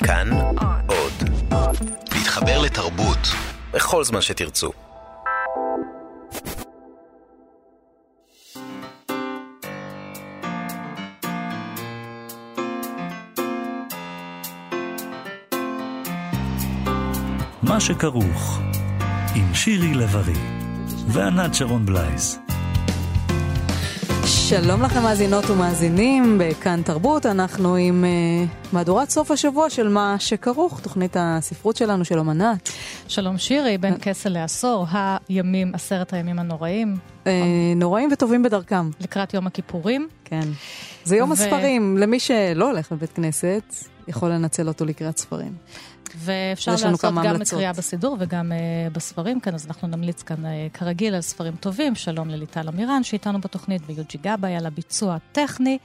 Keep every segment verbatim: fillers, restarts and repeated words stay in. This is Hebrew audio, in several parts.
כאן עוד. להתחבר לתרבות בכל זמן שתרצו. מה שכרוך עם שירי לב-ארי וענת שרון בלייס. שלום לכם מאזינות ומאזינים בכאן תרבות. אנחנו עם uh, מהדורת סוף השבוע של מה שכרוך, תוכנית הספרות שלנו. שלום ענת. שלום שירי, בין כסל לעשור, הימים, עשרת הימים הנוראים. Uh, נוראים וטובים בדרכם. לקראת יום הכיפורים. כן. זה יום ו... הספרים. למי שלא הולך לבית כנסת, יכול לנצל אותו לקראת ספרים. ואפשר לעשות גם המלצות. לקריאה בסידור וגם uh, בספרים כאן, אז אנחנו נמליץ כאן uh, כרגיל על ספרים טובים. שלום לליטל אמירן שאיתנו בתוכנית, ויוג'י גבאי על הביצוע הטכני.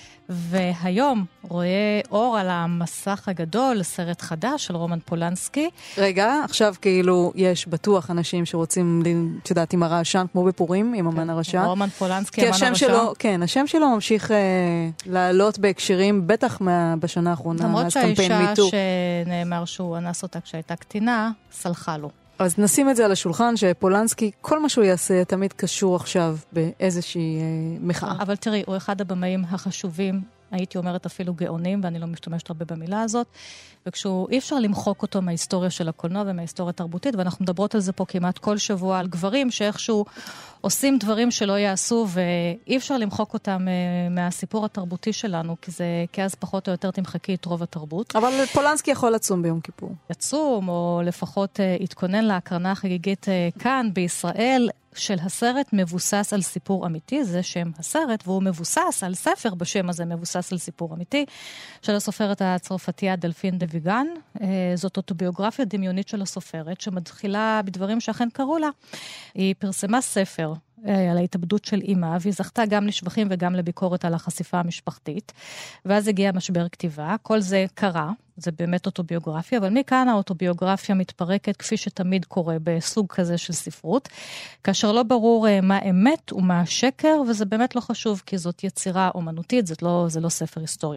והיום רואה אור על המסך הגדול, סרט חדש של רומן פולנסקי. רגע, עכשיו כאילו יש בטוח אנשים שרוצים, שדעת עם הרעשן, כמו בפורים, עם אמן הרשע. רומן פולנסקי, אמן הרשע. שלו, כן, השם שלו ממשיך אה, לעלות בהקשרים, בטח מה, בשנה האחרונה. למרות שהאישה שנאמר שהוא אנס אותה כשהייתה קטינה, סלחה לו. אז נשים את זה על השולחן, שפולנסקי, כל מה שהוא יעשה, תמיד קשור עכשיו באיזושהי אה, מחאה. אבל תראי, הוא אחד הבמאים החשובים, הייתי אומרת אפילו גאונים, ואני לא משתמשת הרבה במילה הזאת, וכשהוא אי אפשר למחוק אותו מההיסטוריה של הקולנוע ומההיסטוריה התרבותית, ואנחנו מדברות על זה פה כמעט כל שבוע, על גברים שאיכשהו עושים דברים שלא יעשו, ואי אפשר למחוק אותם מהסיפור התרבותי שלנו, כי זה, כי אז פחות או יותר תמחקי את רוב התרבות. אבל פולנסקי יכול לצום ביום כיפור. יצום, או לפחות התכונן להקרנה החגיגית כאן, בישראל, של הסרט מבוסס על סיפור אמיתי, זה שם הסרט, והוא מבוסס על ספר בשם הזה, מבוסס על סיפור אמיתי, של הסופרת הצרפתייה דלפין דה ויגן. זאת אוטוביוגרפיה דמיונית של הסופרת, שמתחילה בדברים שאכן קראו לה. היא פרסמה ספר על ההתאבדות של אימא, והיא זכתה גם לשבחים וגם לביקורת על החשיפה המשפחתית, ואז הגיע משבר כתיבה. כל זה קרה, זה באמת אוטוביוגרפיה, אבל מכאן האוטוביוגרפיה מתפרקת כפי שתמיד קורה בסוג כזה של ספרות, כאשר לא ברור מה אמת ומה שקר, וזה באמת לא חשוב, כי זאת יצירה אומנותית, זה לא, זה לא ספר היסטוריה.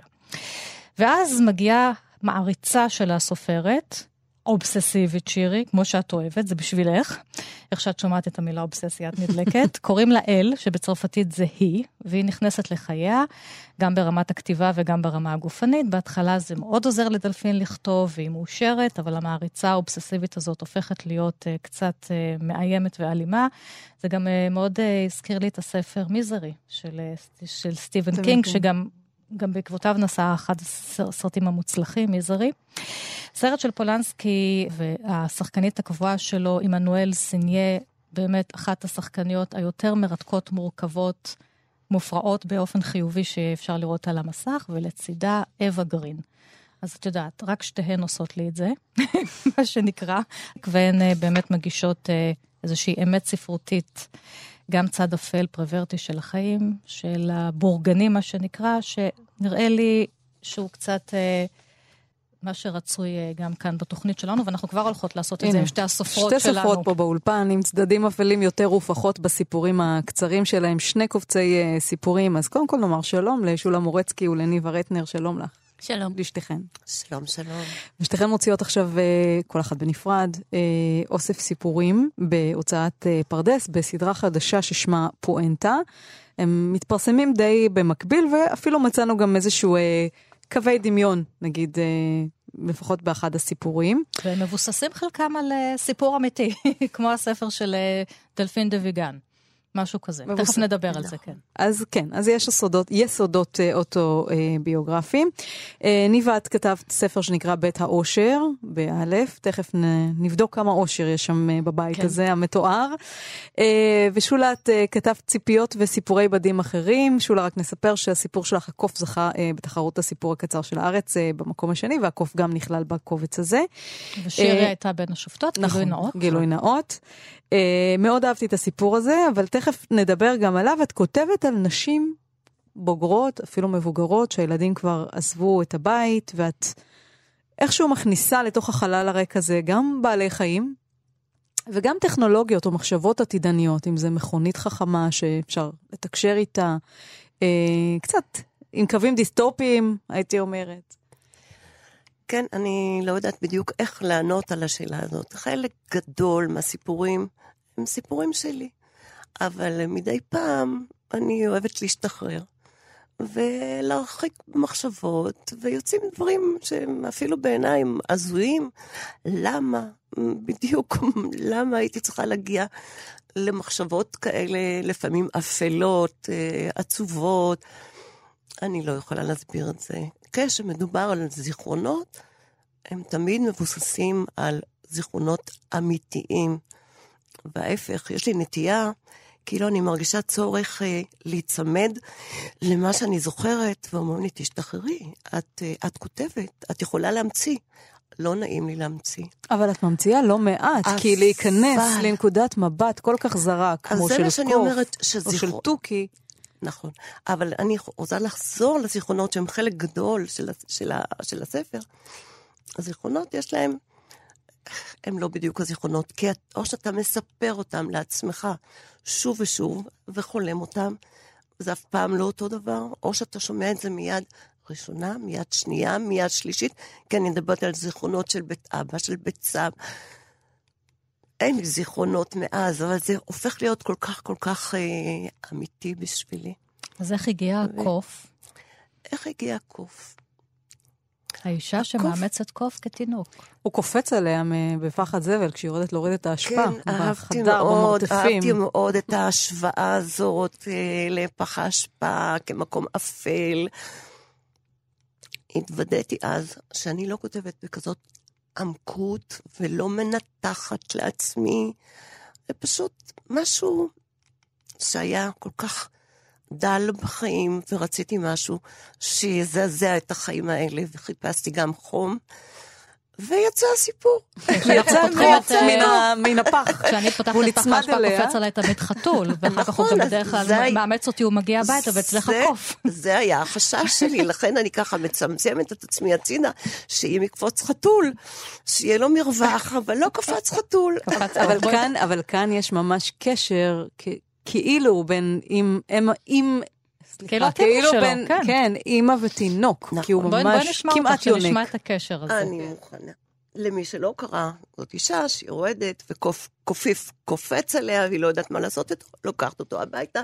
ואז מגיעה מעריצה של הסופרת, אובססיבית שירי, כמו שאת אוהבת, זה בשבילך. איך שאת שומעת את המילה אובססיה, את נדלקת. קוראים לה אל, שבצרפתית זה היא, והיא נכנסת לחייה, גם ברמת הכתיבה וגם ברמה הגופנית. בהתחלה זה מאוד עוזר לדלפין לכתוב, והיא מאושרת, אבל המעריצה האובססיבית הזאת הופכת להיות uh, קצת uh, מאיימת ואלימה. זה גם uh, מאוד uh, הזכיר לי את הספר מיזרי, של, uh, של סטיבן קינג, שגם... גם בעקבותיו נסע אחד הסרטים המוצלחים, מיזרי. סרט של פולנסקי והשחקנית הקבועה שלו, עמנואל סיניה, באמת אחת השחקניות היותר מרתקות, מורכבות, מופרעות באופן חיובי שאפשר לראות על המסך, ולצידה אווה גרין. אז את יודעת, רק שתיהן עושות לי את זה, מה שנקרא, והן באמת מגישות איזושהי אמת ספרותית, גם צד אפל פרוורטי של החיים, של הבורגנים, מה שנקרא, שנראה לי שהוא קצת אה, מה שרצוי אה, גם כאן בתוכנית שלנו, ואנחנו כבר הולכות לעשות הנה, את זה עם שתי הסופרות שתי שלנו. שתי סופרות פה באולפן, עם צדדים אפלים יותר ופחות בסיפורים הקצרים שלהם, שני קובצי אה, סיפורים. אז קודם כל נאמר שלום לשולה מורצקי ולניבה רטנר, שלום לך. שלום. לשתיכן. שלום, שלום. ושתיכן מוציאות עכשיו, כל אחת בנפרד, אוסף סיפורים בהוצאת פרדס, בסדרה חדשה ששמה פואנטה. הם מתפרסמים די במקביל, ואפילו מצאנו גם איזשהו קווי דמיון, נגיד, לפחות באחד הסיפורים. והם מבוססים חלקם על סיפור אמיתי, כמו הספר של דלפין דה ויגן. משהו כזה. מבוס... תכף נדבר על זה, כן. אז כן, אז יש יסודות, יסודות אוטוביוגרפיים. ניבה, את כתבת ספר שנקרא בית האושר, באלף, תכף נבדוק כמה אושר יש שם בבית כן. הזה, המתואר. ושולה, את כתבת ציפיות וסיפורי בדים אחרים. שולה, רק נספר שהסיפור שלך, הקוף זכה בתחרות הסיפור הקצר של הארץ במקום השני, והקוף גם נכלל בקובץ הזה. ושירי הייתה בין השופטות, נכון, גילוי נאות. גילוי נאות. Uh, מאוד אהבתי את הסיפור הזה, אבל תכף נדבר גם עליו. את כותבת על נשים בוגרות, אפילו מבוגרות, שהילדים כבר עזבו את הבית, ואת איכשהו מכניסה לתוך החלל הריק הזה גם בעלי חיים, וגם טכנולוגיות או מחשבות עתידניות, אם זה מכונית חכמה שאפשר לתקשר איתה, uh, קצת עם קווים דיסטופיים, הייתי אומרת. כן, אני לא יודעת בדיוק איך לענות על השאלה הזאת. חלק גדול מהסיפורים הם סיפורים שלי, אבל מדי פעם אני אוהבת להשתחרר, ולהרחיק מחשבות, ויוצאים דברים שהם אפילו בעיניי הזויים. למה? בדיוק למה הייתי צריכה להגיע למחשבות כאלה, לפעמים אפלות, עצובות? אני לא יכולה להסביר את זה. כשמדובר על זיכרונות, הם תמיד מבוססים על זיכרונות אמיתיים. וההפך, יש לי נטייה, כאילו אני מרגישה צורך אה, להיצמד למה שאני זוכרת, ואומרים לי, תשתחררי, את, אה, את כותבת, את יכולה להמציא. לא נעים לי להמציא. אבל את ממציאה לא מעט, אבל... כי להיכנס לנקודת מבט כל כך זרה, כמו של קוף, שזיכר... או של טוקי. נכון, אבל אני רוצה לחזור לזיכרונות שהם חלק גדול של, של, של הספר. הזיכרונות יש להם, הם לא בדיוק הזיכרונות, כי או שאתה מספר אותם לעצמך שוב ושוב, וחולם אותם, זה אף פעם לא אותו דבר, או שאתה שומע את זה מיד ראשונה, מיד שנייה, מיד שלישית, כי אני מדברת על זיכרונות של בית אבא, של בית סב. אין לי זיכרונות מאז, אבל זה הופך להיות כל כך, כל כך אה, אמיתי בשבילי. אז איך הגיע הקוף? איך הגיע הקוף? האישה שמאמצת קוף כתינוק. הוא קופץ עליה בפחד זבל, כשהיא יורדת להוריד את ההשפעה. כן, אהבתי מאוד, אהבתי מאוד את ההשוואה הזאת לפח ההשפעה כמקום אפל. התוודעתי אז שאני לא כותבת בכזאת עמקות ולא מנתחת לעצמי. זה פשוט משהו שהיה כל כך דל בחיים, ורציתי משהו שיזעזע את החיים האלה, וחיפשתי גם חום, ויצא הסיפור. יצא מן הפח. כשאני פותחת את פח ההשפעה, קופץ עליי תמיד חתול, ואחר כך הוא גם בדרך כלל מאמץ אותי, הוא מגיע הביתה, ואצלך קוף. זה היה החשש שלי, לכן אני ככה מצמצמת את עצמי הצידה, שאם יקפוץ חתול, שיהיה לו מרווח, אבל לא קפץ חתול. אבל כאן יש ממש קשר, כאילו בין, אם, סליחה, כאילו בין, כן, אמא ותינוק, כי הוא ממש כמעט יונק. שנשמע את הקשר הזה. אני מוכנה. למי שלא קרא, זאת אישה שהיא יורדת, וקופיף קופץ עליה, והיא לא יודעת מה לעשות איתו, לוקחת אותו הביתה,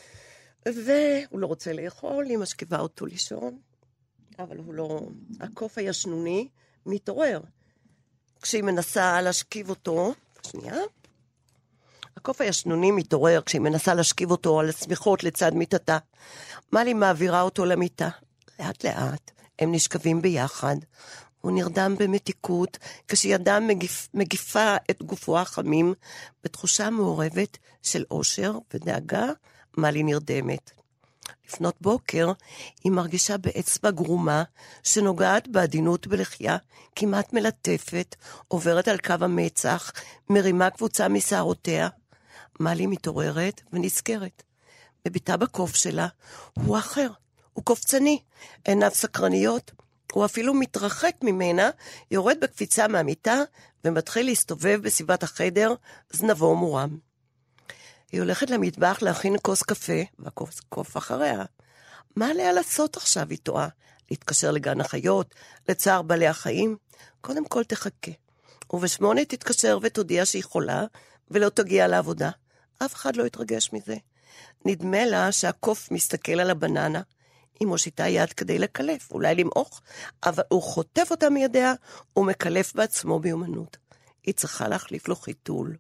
והוא לא רוצה לאכול, היא משכיבה אותו לישון, אבל הוא לא, הקוף הישנוני מתעורר. כשהיא מנסה להשכיב אותו, שנייה, הקוף הישנוני מתעורר כשהיא מנסה להשכיב אותו על הסמיכות לצד מיטתה. מלי מעבירה אותו למיטה. לאט לאט הם נשכבים ביחד. הוא נרדם במתיקות, כשידם מגיפ, מגיפה את גופו החמים, בתחושה מעורבת של אושר ודאגה, מלי נרדמת. לפנות בוקר היא מרגישה באצבע גרומה, שנוגעת בעדינות בלחייה, כמעט מלטפת, עוברת על קו המצח, מרימה קבוצה משערותיה. מלי מתעוררת ונזכרת. בביתה בקוף שלה הוא אחר, הוא קופצני, עיניו סקרניות, הוא אפילו מתרחק ממנה, יורד בקפיצה מהמיטה ומתחיל להסתובב בסביבת החדר, זנבו מורם. היא הולכת למטבח להכין כוס קפה, והקוף אחריה. מה עליה לעשות עכשיו, היא טועה? להתקשר לגן החיות, לצער בעלי החיים? קודם כל תחכה. ובשמונה תתקשר ותודיע שהיא חולה, ולא תגיע לעבודה. אף אחד לא יתרגש מזה. נדמה לה שהקוף מסתכל על הבננה, היא מושיטה יד כדי לקלף, אולי למעוך, אבל הוא חוטף אותה מידיה, ומקלף בעצמו ביומנות. היא צריכה להחליף לו חיתול.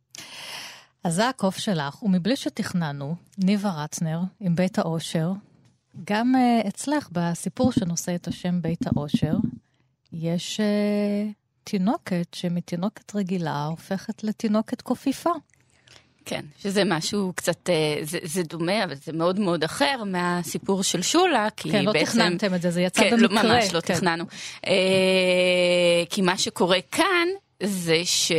אז זה הקוף שלך, ומבלי שתכננו, ניבה רצנר עם בית האושר, גם uh, אצלך בסיפור שנושא את השם בית האושר, יש uh, תינוקת שמתינוקת רגילה הופכת לתינוקת קופיפה. כן, שזה משהו קצת, זה, זה דומה, אבל זה מאוד מאוד אחר מהסיפור של שולה, כי כן, בעצם... לא תכננתם את זה, זה יצא כן, במקרה. לא, ממש לא כן. תכננו. אה, כי מה שקורה כאן, זה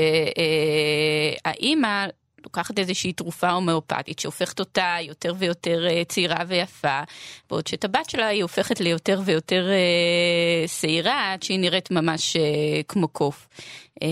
שהאימא לוקחת איזושהי תרופה הומאופתית, שהופכת אותה יותר ויותר צעירה ויפה, בעוד שאת הבת שלה היא הופכת ליותר ויותר אה, שעירה, עד שהיא נראית ממש אה, כמו קוף. אה,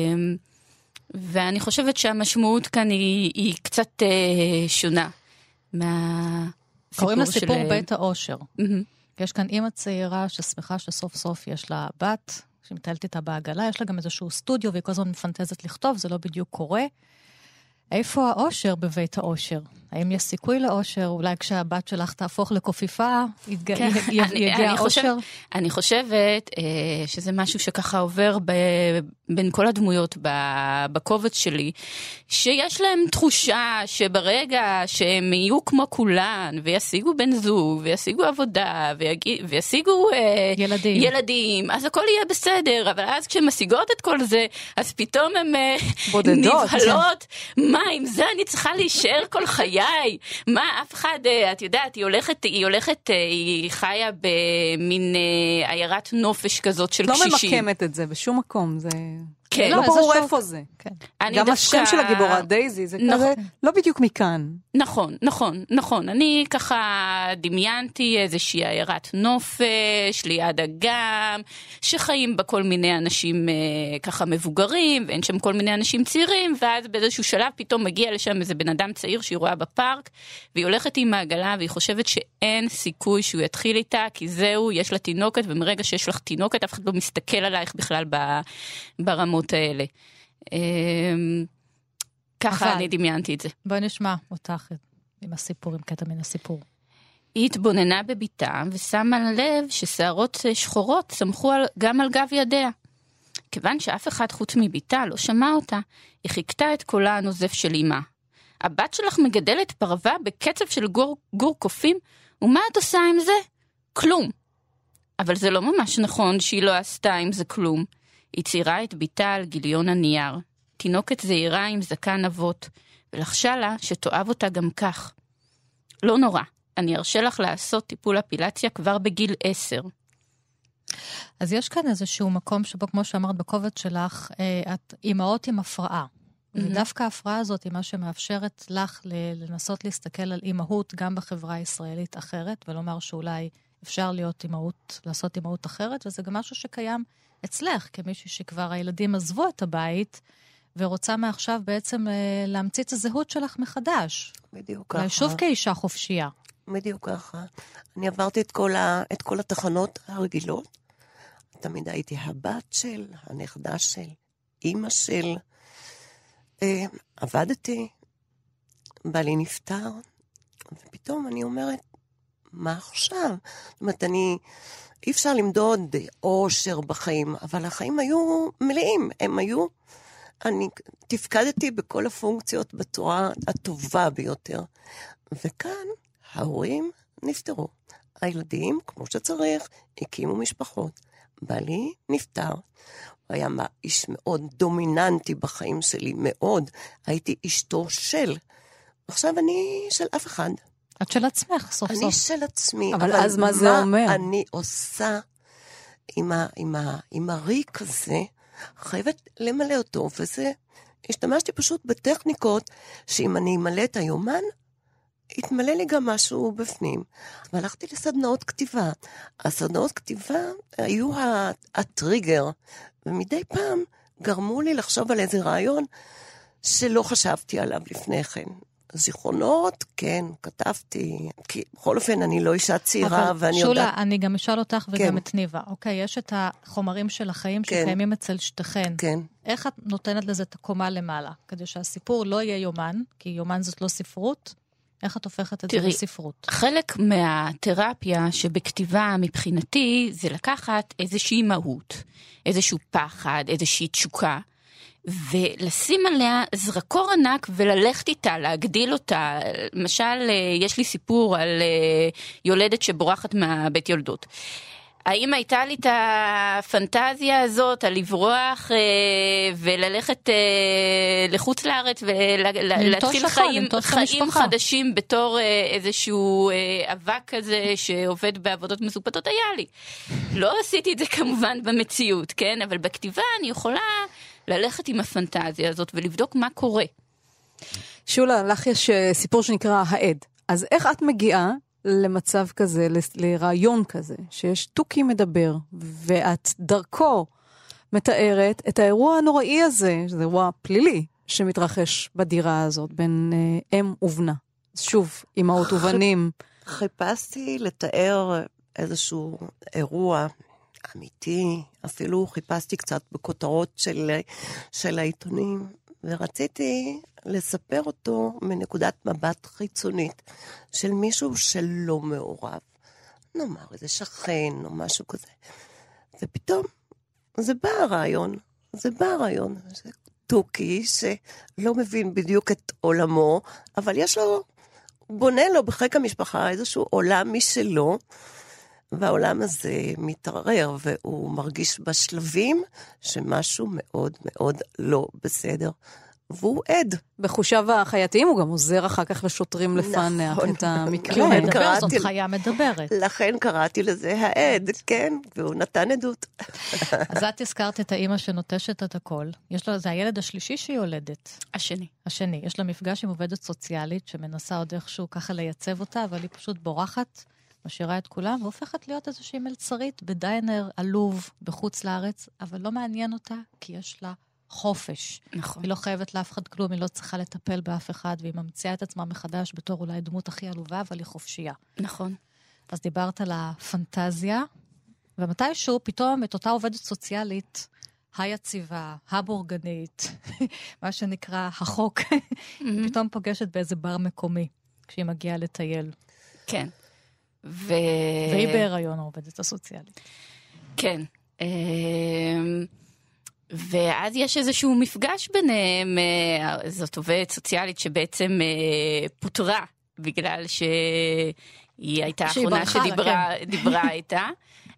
ואני חושבת שהמשמעות כאן היא, היא קצת אה, שונה מהסיפור של... קוראים לסיפור בית האושר. Mm-hmm. יש כאן אימא צעירה ששמחה שסוף סוף יש לה בת, שמטלת איתה בעגלה, יש לה גם איזשהו סטודיו, והיא כל הזמן מפנטזת לכתוב, זה לא בדיוק קורה. איפה האושר בבית האושר? האם יש סיכוי לאושר? אולי כשהבת שלך תהפוך לקופיפה, יגיע האושר? אני חושבת שזה משהו שככה עובר בין כל הדמויות בקובץ שלי, שיש להם תחושה שברגע שהם יהיו כמו כולן, וישיגו בן זוג, וישיגו עבודה, וישיגו ילדים, אז הכל יהיה בסדר, אבל אז כשהם משיגות את כל זה, אז פתאום הם נבהלות, מה, עם זה אני צריכה להישאר כל חיי? מה, אף אחד, את יודעת, היא הולכת, היא הולכת, היא חיה במין עיירת נופש כזאת של קשישים. לא ממקמת את זה בשום מקום, זה... כן. לא ברור איפה זה. גם השם של הגיבורה, דייזי, זה כזה לא בדיוק מכאן. נכון, נכון, נכון. אני ככה דמיינתי איזושהי עיירת נופש, ליד אגם, שחיים בה כל מיני אנשים ככה מבוגרים, ואין שם כל מיני אנשים צעירים, ואז באיזשהו שלב פתאום מגיע לשם איזה בן אדם צעיר שהיא רואה בפארק, והיא הולכת עם העגלה, והיא חושבת שאין סיכוי שהוא יתחיל איתה, כי זהו, יש לה תינוקת, ומרגע שיש לך תינוקת, אף אחד לא מסתכל עלייך בכלל ברמות האלה. ככה אני דמיינתי את זה. בואי נשמע אותך עם הסיפור, עם קטע מן הסיפור. היא התבוננה בביתה ושמה לב ששערות שחורות סמכו גם על גב ידיה. כיוון שאף אחד חוץ מביתה לא שמע אותה, היא חיכתה את קולה הנוזף של אמא. הבת שלך מגדלת פרווה בקצב של גור, גור קופים, ומה את עושה עם זה? כלום. אבל זה לא ממש נכון שהיא לא עשתה עם זה כלום. היא ציירה את ביתה על גיליון הנייר, תינוקת זעירה עם זקן אבות, ולחשה לה שתאהב אותה גם כך. לא נורא, אני ארשה לך לעשות טיפול אפילציה כבר בגיל עשר. אז יש כאן איזשהו מקום שבו, כמו שאמרת בקובץ שלך, את אימהות עם הפרעה. Mm-hmm. ודווקא ההפרעה הזאת היא מה שמאפשרת לך לנסות להסתכל על אימהות גם בחברה הישראלית אחרת, ולומר שאולי אפשר להיות אימהות, לעשות אימהות אחרת, וזה גם משהו שקיים אצלך, כמישהו שכבר הילדים עזבו את הבית, ורוצה מעכשיו בעצם להמציא את הזהות שלך מחדש. בדיוק ככה. שוב כאישה חופשייה. בדיוק ככה. אני עברתי את כל, ה, את כל התחנות הרגילות. תמיד הייתי הבת של, הנכדה של, אימא של. אה, עבדתי, בעלי נפטר, ופתאום אני אומרת, מה עכשיו? זאת אומרת, אני... אי אפשר למדוד אושר בחיים, אבל החיים היו מלאים, הם היו, אני תפקדתי בכל הפונקציות בצורה הטובה ביותר. וכאן ההורים נפטרו. הילדים, כמו שצריך, הקימו משפחות. בעלי נפטר. הוא היה איש מאוד דומיננטי בחיים שלי, מאוד. הייתי אשתו של. עכשיו אני של אף אחד. את של עצמך, סוף אני סוף. אני של עצמי. אבל, אבל אז מה זה אומר? מה אני עושה עם, ה, עם, ה, עם הריק הזה, חייבת למלא אותו, וזה, השתמשתי פשוט בטכניקות, שאם אני אמלא את היומן, התמלא לי גם משהו בפנים. והלכתי לסדנאות כתיבה. הסדנאות כתיבה היו הטריגר, ומדי פעם גרמו לי לחשוב על איזה רעיון, שלא חשבתי עליו לפני כן. זיכרונות, כן, כתבתי, כי בכל אופן אני לא אישה צעירה, אבל ואני שולה, יודעת... אני גם אשאל אותך וגם כן. את ניבה. אוקיי, יש את החומרים של החיים כן. שקיימים אצל שתיכן. כן. איך את נותנת לזה את הקומה למעלה? כדי שהסיפור לא יהיה יומן, כי יומן זאת לא ספרות, איך את הופכת את תראי, זה לספרות? חלק מהתרפיה שבכתיבה מבחינתי, זה לקחת איזושהי מהות, איזשהו פחד, איזושהי תשוקה, ולשים עליה זרקור ענק וללכת איתה, להגדיל אותה. למשל, יש לי סיפור על יולדת שבורחת מהבית יולדות. האם הייתה לי את הפנטזיה הזאת על לברוח וללכת לחוץ לארץ ולהתחיל חיים, חיים חדשים בתור איזשהו אבק כזה שעובד בעבודות מסופתות? היה לי. לא עשיתי את זה כמובן במציאות, כן? אבל בכתיבה אני יכולה ללכת עם הפנטזיה הזאת ולבדוק מה קורה. שולה, לך יש סיפור שנקרא העד. אז איך את מגיעה למצב כזה, לרעיון כזה, שיש תוכי מדבר, ואת דרכו מתארת את האירוע הנוראי הזה, שזה אירוע פלילי, שמתרחש בדירה הזאת, בין אה, אם ובנה. שוב, אמהות ובנים. חיפשתי לתאר איזשהו אירוע אמיתי, אפילו חיפשתי קצת בכותרות של, של העיתונים, ורציתי לספר אותו מנקודת מבט חיצונית, של מישהו שלא מעורב. נאמר, איזה שכן או משהו כזה. ופתאום זה בא הרעיון, זה בא הרעיון. זה טוקי שלא מבין בדיוק את עולמו, אבל יש לו, הוא בונה לו בחיק המשפחה איזשהו עולם משלו, והעולם הזה מתערער, והוא מרגיש בשלבים שמשהו מאוד מאוד לא בסדר. והוא עד. בחושיו החייתיים הוא גם עוזר אחר כך לשוטרים לפענח את המקרה. הוא מדבר, זאת חיה מדברת. לכן קראתי לזה העד, כן, והוא נתן עדות. אז את הזכרת את האמא שנוטשת את הכל. יש לה, זה הילד השלישי שהיא יולדת. השני. השני. יש לה מפגש עם עובדת סוציאלית שמנסה עוד איכשהו ככה לייצב אותה, אבל היא פשוט בורחת, משאירה את כולם, והופכת להיות איזושהי מלצרית בדיינר עלוב בחוץ לארץ, אבל לא מעניין אותה, כי יש לה חופש. נכון. היא לא חייבת לאף אחד כלום, היא לא צריכה לטפל באף אחד, והיא ממציאה את עצמה מחדש בתור אולי דמות הכי עלובה, אבל היא חופשייה. נכון. אז דיברת על הפנטזיה, ומתישהו פתאום את אותה עובדת סוציאלית, היציבה, הבורגנית, מה שנקרא החוק, פתאום פוגשת באיזה בר מקומי, כשהיא מגיעה לטייל. כן. ו... והיא בהיריון העובדת הסוציאלית. כן. ואז יש איזשהו מפגש ביניהם, זאת עובדת סוציאלית שבעצם פוטרה, בגלל שהיא הייתה האחרונה שדיברה דיברה איתה.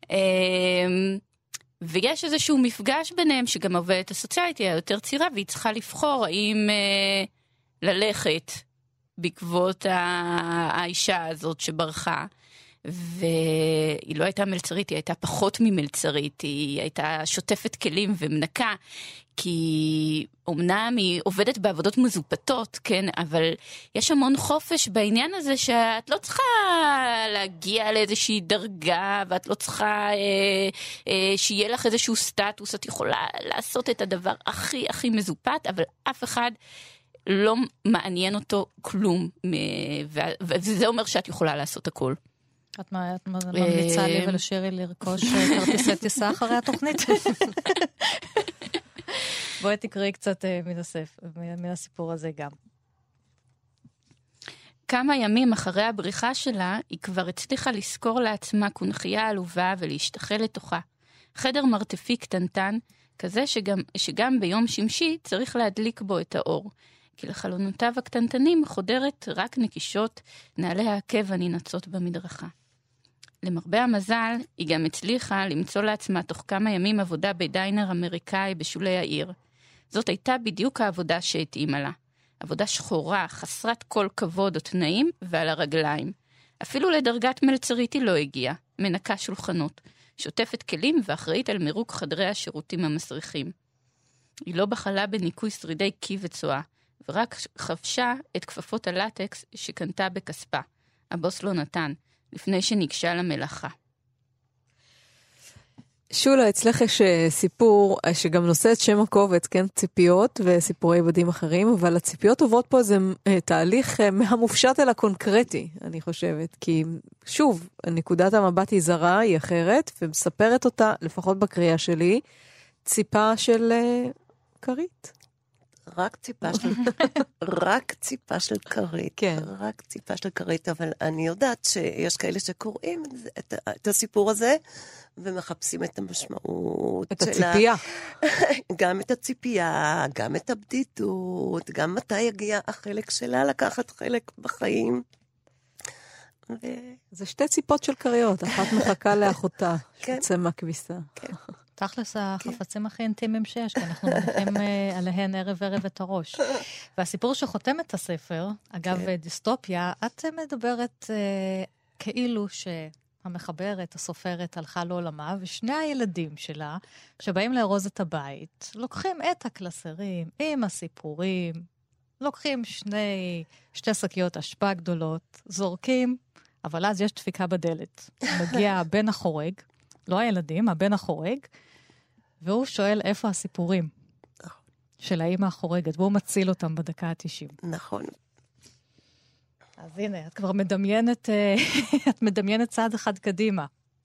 ויש איזשהו מפגש ביניהם, שגם עובדת הסוציאלית היא יותר צעירה, והיא צריכה לבחור האם ללכת בעקבות האישה הזאת שברחה. והיא לא הייתה מלצרית, היא הייתה פחות ממלצרית, היא הייתה שוטפת כלים ומנקה, כי אומנם היא עובדת בעבודות מזופתות, כן, אבל יש המון חופש בעניין הזה, שאת לא צריכה להגיע לאיזושהי דרגה, ואת לא צריכה אה, אה, שיהיה לך איזשהו סטטוס, את יכולה לעשות את הדבר הכי הכי מזופת, אבל אף אחד לא מעניין אותו כלום, וזה אומר שאת יכולה לעשות הכל. את ממליצה לי ולשירי לרכוש כרטיסי טיסה אחרי התוכנית? בואי תקראי קצת מן הסיפור הזה גם. כמה ימים אחרי הבריחה שלה, היא כבר הצליחה לזכור לעצמה קונחייה עלובה ולהשתחל לתוכה. חדר מרתפי קטנטן, כזה שגם, שגם ביום שמשי צריך להדליק בו את האור. כי לחלונותיו הקטנטנים חודרת רק נקישות נעלי העקב הננצות במדרכה. למרבה המזל, היא גם הצליחה למצוא לעצמה תוך כמה ימים עבודה בדיינר אמריקאי בשולי העיר. זאת הייתה בדיוק העבודה שהתאימה לה. עבודה שחורה, חסרת כל כבוד או תנאים ועל הרגליים. אפילו לדרגת מלצרית היא לא הגיעה, מנקה שולחנות, שוטפת כלים ואחראית על מירוק חדרי השירותים המסריחים. היא לא בחלה בניקוי שרידי קי וצואה, ורק חבשה את כפפות הלטקס שקנתה בכספה. הבוס לא נתן, לפני שניגשה למלאכה. שולה, אצלך יש סיפור שגם נושא את שם הקובץ, כן, ציפיות וסיפורי עבדים אחרים, אבל הציפיות עוברות פה זה תהליך מהמופשט אל הקונקרטי, אני חושבת, כי שוב, נקודת המבט היא זרה, היא אחרת, ומספרת אותה, לפחות בקריאה שלי, ציפה של קרית. רק ציפה של, רק ציפה של קרית, כן. רק ציפה של קרית, אבל אני יודעת שיש כאלה שקוראים את, את הסיפור הזה, ומחפשים את המשמעות. את הציפייה. גם את הציפייה, גם את הבדידות, גם מתי יגיע החלק שלה לקחת חלק בחיים. ו... זה שתי ציפות של קריות, אחת מחכה לאחותה, כן. שצא מהכביסה. כן. תכלס החפצים הכי אינטימיים שיש, כי אנחנו מניחים עליהן ערב ערב את הראש. והסיפור שחותם את הספר, אגב דיסטופיה, את מדברת כאילו שהמחברת, הסופרת, הלכה לעולמה, ושני הילדים שלה, שבאים לארוז את הבית, לוקחים את הקלסרים עם הסיפורים, לוקחים שני, שתי שקיות אשפה גדולות, זורקים, אבל אז יש דפיקה בדלת. מגיע הבן החורג, לא הילדים, הבן החורג, והוא שואל איפה הסיפורים של האמא החורגת, והוא מציל אותם בדקה ה-תשעים. נכון. אז הנה, את כבר מדמיינת, את מדמיינת צעד אחד קדימה.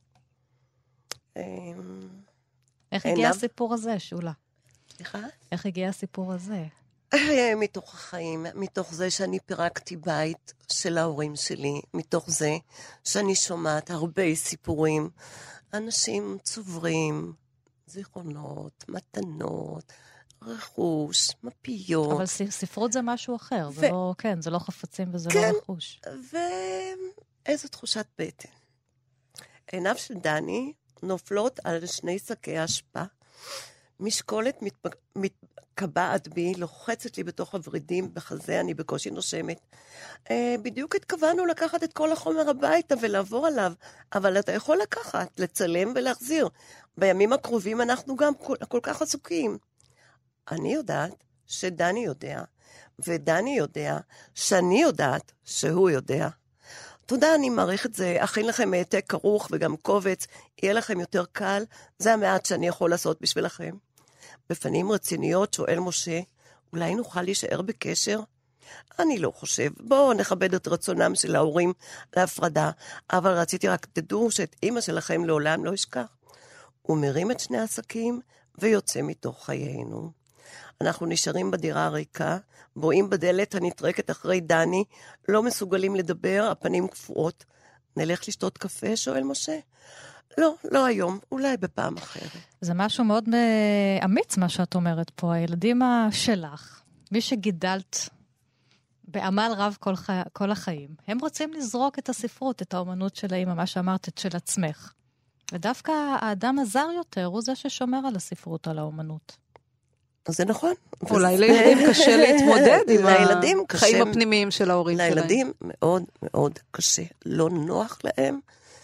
איך הגיע הסיפור הזה, שולה? סליחה? איך הגיע הסיפור הזה? מתוך החיים, מתוך זה שאני פירקתי בית של ההורים שלי, מתוך זה שאני שומעת הרבה סיפורים, אנשים צוברים, זיכרונות, מתנות, רכוש, מפיות. אבל ספרות זה משהו אחר, ו... זה לא, כן, זה לא חפצים וזה כן, לא רכוש. ואיזו תחושת בטן. עיניו של דני נופלות על שני שקי אשפה, משקולת מתפ... מתקבעת בי, לוחצת לי בתוך הורידים בחזה, אני בקושי נושמת. אה, בדיוק התכוונו לקחת את כל החומר הביתה ולעבור עליו, אבל אתה יכול לקחת, לצלם ולהחזיר. בימים הקרובים אנחנו גם כל, כל כך עסוקים. אני יודעת שדני יודע, ודני יודע שאני יודעת שהוא יודע. תודה, אני מעריך את זה. אכין לכם העתק כרוך וגם קובץ, יהיה לכם יותר קל, זה המעט שאני יכול לעשות בשבילכם. בפנים רציניות שואל משה, אולי נוכל להישאר בקשר? אני לא חושב, בואו נכבד את רצונם של ההורים להפרדה, אבל רציתי רק תדעו שאת אמא שלכם לעולם לא אשכח. הוא מרים את שני עסקים ויוצא מתוך חיינו. אנחנו נשארים בדירה הריקה, בואים בדלת הנטרקת אחרי דני, לא מסוגלים לדבר, הפנים קפואות. נלך לשתות קפה, שואל משה? לא, לא היום, אולי בפעם אחרת. זה משהו מאוד אמיץ מה שאת אומרת פה, הילדים שלך, מי שגידלת בעמל רב כל, חי... כל החיים, הם רוצים לזרוק את הספרות, את האומנות של האמא, מה שאמרת, את של עצמך. ודווקא האדם הזר יותר הוא זה ששומר על הספרות, על האומנות. זה נכון. אולי לילדים קשה להתמודד עם החיים הפנימיים של ההורים שלהם. לילדים מאוד מאוד קשה. לא נוח להם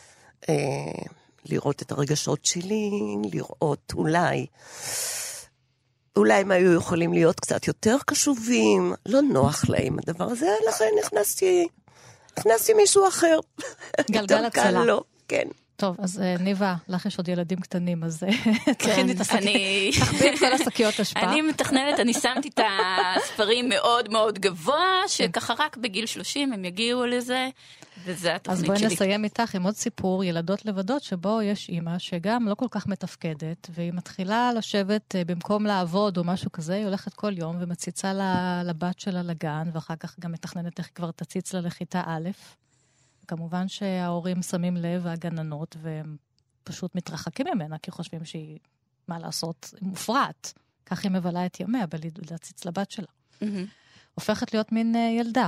לראות את הרגשות שלי, לראות אולי, אולי הם היו יכולים להיות קצת יותר קשובים, לא נוח להם הדבר הזה, לכן נכנסתי, נכנסתי מישהו אחר. גלגל הצלה. לא, כן. טוב, אז ניבה, לך יש עוד ילדים קטנים, אז תכיני את השקיות, תחביא את כל השקיות השפעה. אני מתכננת, אני שמתי את הספרים מאוד מאוד גבוה, שככה רק בגיל שלושים הם יגיעו לזה, וזה התוכנית שלי. אז בואי נסיים איתך עם עוד סיפור, ילדות לבדות, שבו יש אימא שגם לא כל כך מתפקדת, והיא מתחילה לשבת במקום לעבוד או משהו כזה, היא הולכת כל יום ומציצה לבת שלה לגן, ואחר כך גם מתכננת איך כבר תציץ לה לכיתה א'. כמובן שההורים שמים לב, והגננות, והם פשוט מתרחקים ממנה, כי חושבים שהיא, מה לעשות, מופרעת. כך היא מבלה את ימיה, בלהציץ לבת שלה. הופכת להיות מין ילדה.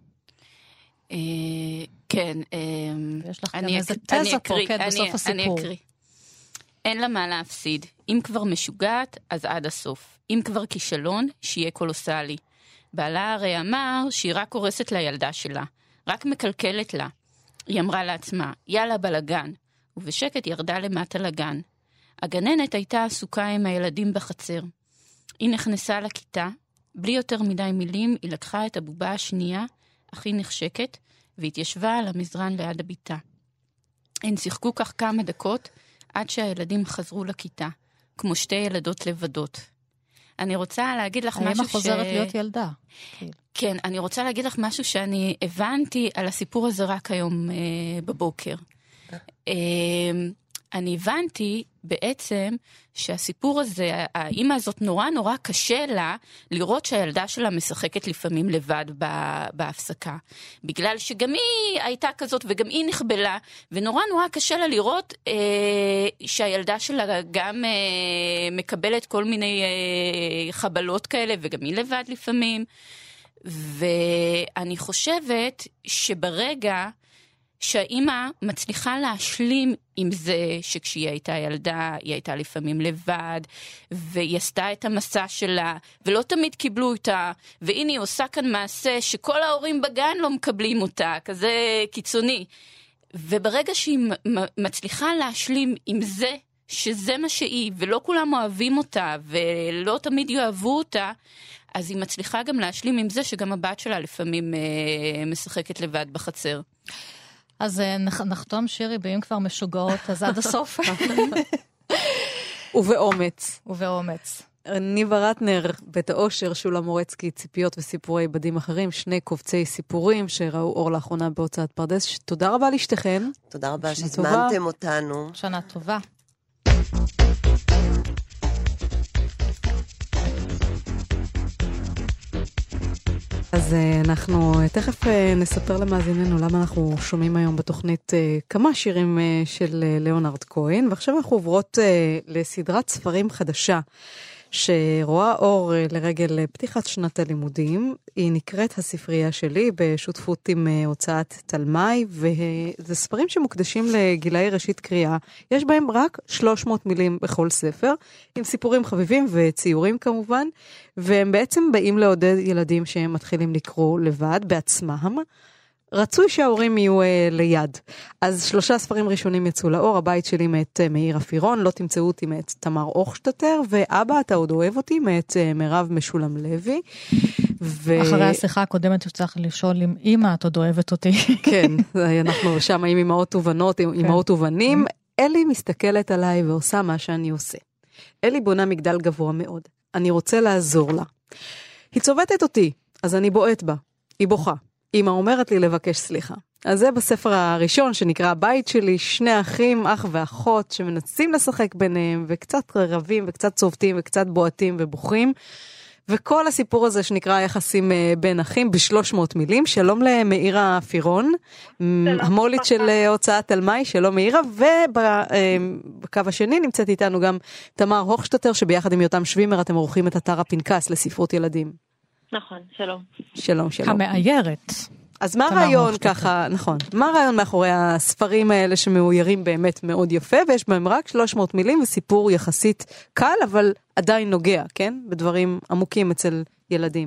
כן. יש לך גם איזה תזה פה, כן, בסוף הסיפור. אני אקריא. אין לה מה להפסיד. אם כבר משוגעת, אז עד הסוף. אם כבר כישלון, שיהיה קולוסלי. בעלה הרי אמר שהיא רק הורסת לילדה שלה. רק מקלקלת לה. היא אמרה לעצמה, יאללה בלגן, ובשקט ירדה למטה לגן. הגננת הייתה עסוקה עם הילדים בחצר. היא נכנסה לכיתה, בלי יותר מדי מילים, היא לקחה את הבובה השנייה, הכי נחשקת, והתיישבה על המזרן ליד הביתה. הן שיחקו כך כמה דקות, עד שהילדים חזרו לכיתה, כמו שתי ילדות לבדות. אני רוצה להגיד לך משהו ש... האמא חוזרת להיות ילדה. כן, אני רוצה להגיד לך משהו שאני הבנתי על הסיפור הזה רק היום אה, בבוקר. אה, אני הבנתי בעצם שהסיפור הזה, האמא הזאת נורא נורא קשה לה לראות שהילדה שלה משחקת לפעמים לבד בהפסקה. בגלל שגם היא הייתה כזאת וגם היא נכבלה, ונורא נורא קשה לה לראות אה, שהילדה שלה גם אה, מקבלת כל מיני אה, חבלות כאלה, וגם היא לבד לפעמים. ואני חושבת שברגע שהאימא מצליחה להשלים עם זה שכשהיא הייתה ילדה, היא הייתה לפעמים לבד, והיא עשתה את המסע שלה, ולא תמיד קיבלו אותה, והנה היא עושה כאן מעשה שכל ההורים בגן לא מקבלים אותה, כזה קיצוני. וברגע שהיא מצליחה להשלים עם זה, שזה מה שהיא, ולא כולם אוהבים אותה, ולא תמיד יאהבו אותה, אז היא מצליחה גם להשלים עם זה שגם הבת שלה לפעמים אה, משחקת לבד בחצר. אז נחתום שירי, באם כבר משוגעות, אז עד הסוף. ובאומץ. ובאומץ. ניבה רטנר, בית האושר, שולה מורצקי, ציפיות וסיפורי בדים אחרים, שני קובצי סיפורים שראו אור לאחרונה בהוצאת פרדס. תודה רבה לשתיכן. תודה רבה שהזמנתם אותנו. שנה טובה. אז אנחנו תכף נספר למאזיננו למה אנחנו שומעים היום בתוכנית כמה שירים של ליאונרד כהן, ועכשיו אנחנו עוברות לסדרת ספרים חדשה שרואה אור לרגל פתיחת שנת הלימודים. היא נקראת הספרייה שלי בשותפות עם הוצאת תלמי, וזה ספרים שמוקדשים לגילאי ראשית קריאה. יש בהם רק שלוש מאות מילים בכל ספר, עם סיפורים חביבים וציורים כמובן, והם בעצם באים לעודד ילדים שהם מתחילים לקרוא לבד בעצמם. רצוי שההורים יהיו אה, ליד. אז שלושה ספרים ראשונים יצאו לאור, הבית שלי מאת אה, מאיר אפירון, לא תמצאו אותי מאת תמר אוכשטטר, ואבא אתה עוד אוהב אותי מאת אה, מירב משולם לוי. ו... אחרי השיחה הקודמת צריך לשאול אם אמא את עוד אוהבת אותי. כן, אנחנו שם עם אמאות ובנות, עם אמאות ובנים. אלי מסתכלת עליי ועושה מה שאני עושה. אלי בונה מגדל גבוה מאוד. אני רוצה לעזור לה. היא צובטת אותי, אז אני בועט בה. היא בוכה. אמא אומרת לי לבקש סליחה. אז זה בספר הראשון שנקרא הבית שלי, שני אחים, אח ואחות, שמנסים לשחק ביניהם, וקצת רבים, וקצת צובטים, וקצת בועטים ובוכים. וכל הסיפור הזה שנקרא יחסים בין אחים בשלוש מאות מילים. שלום למאירה אפירון, המולית של הוצאת תלמי, שלום מאירה, ובקו השני נמצאת איתנו גם תמר הוכשטטר, שביחד עם יותם שווימר אתם עורכים את אתר הפנקס לספרות ילדים. נכון, שלום. שלום, שלום. המאיירת. אז מה הרעיון ככה, נכון, מה הרעיון מאחורי הספרים האלה שמאוירים באמת מאוד יפה, ויש בהם רק שלוש מאות מילים וסיפור יחסית קל, אבל עדיין נוגע, כן? בדברים עמוקים אצל ילדים.